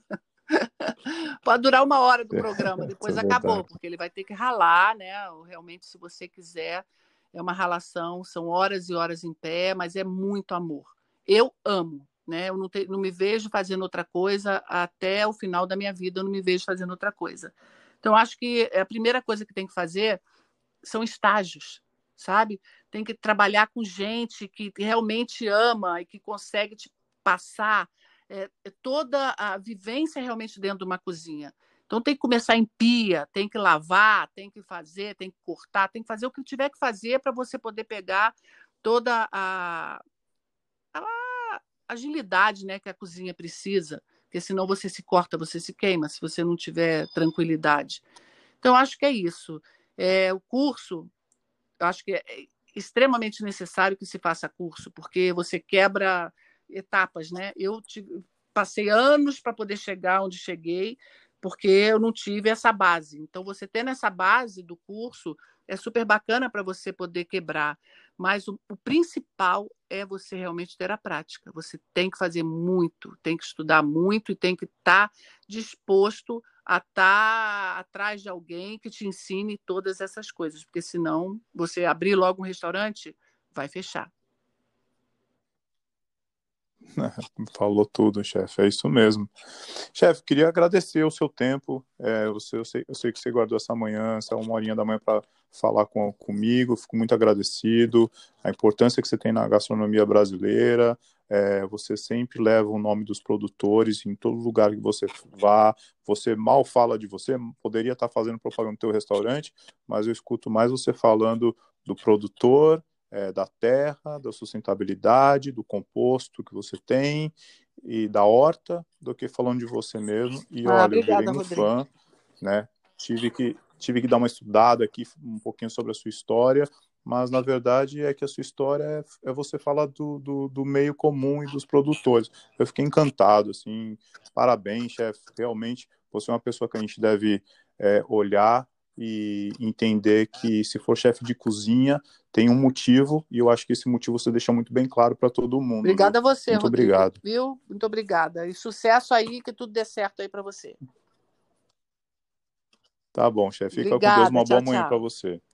Pode durar uma hora do programa, Isso depois é acabou, verdade. porque ele vai ter que ralar, né? Realmente, se você quiser, é uma ralação, são horas e horas em pé, mas é muito amor. Eu amo, né? Eu não, te, não me vejo fazendo outra coisa até o final da minha vida, eu não me vejo fazendo outra coisa. Então, acho que a primeira coisa que tem que fazer são estágios, sabe? Tem que trabalhar com gente que realmente ama e que consegue te passar é, toda a vivência realmente dentro de uma cozinha. Então tem que começar em pia, tem que lavar, tem que fazer, tem que cortar, tem que fazer o que tiver que fazer para você poder pegar toda a, a agilidade, né, que a cozinha precisa, porque senão você se corta, você se queima, se você não tiver tranquilidade. Então acho que é isso. É, o curso, eu acho que é extremamente necessário que se faça curso, porque você quebra etapas, né? Eu tive, passei anos para poder chegar onde cheguei, porque eu não tive essa base. Então, você tendo essa base do curso é super bacana para você poder quebrar. Mas o, o principal é você realmente ter a prática. Você tem que fazer muito, tem que estudar muito e tem que estar disposto a estar atrás de alguém que te ensine todas essas coisas, porque senão você abrir logo um restaurante, vai fechar. Falou tudo, chefe, é isso mesmo. Chefe, queria agradecer o seu tempo. É, você, eu, sei, eu sei que você guardou essa manhã, essa uma horinha da manhã para falar com, comigo. Fico muito agradecido. A importância que você tem na gastronomia brasileira. É, você sempre leva o nome dos produtores em todo lugar que você vá. Você mal fala de você. Poderia estar fazendo propaganda no teu restaurante, mas eu escuto mais você falando do produtor, é, da terra, da sustentabilidade, do composto que você tem e da horta, do que falando de você mesmo. E Ah, olha, eu virei obrigada, um Rodrigo. fã, né? Tive que, tive que dar uma estudada aqui um pouquinho sobre a sua história, mas na verdade é que a sua história é, é você falar do, do, do meio comum e dos produtores. Eu fiquei encantado, assim, parabéns, chefe. Realmente, você é uma pessoa que a gente deve é, olhar e entender que se for chefe de cozinha, tem um motivo, e eu acho que esse motivo você deixa muito bem claro para todo mundo, viu? Obrigada a você, Muito Rodrigo. obrigado. Viu? Muito obrigada. E sucesso aí, que tudo dê certo aí para você. Tá bom, chefe. Fica com Deus. Obrigada. Uma Tchau, boa manhã para tchau. você.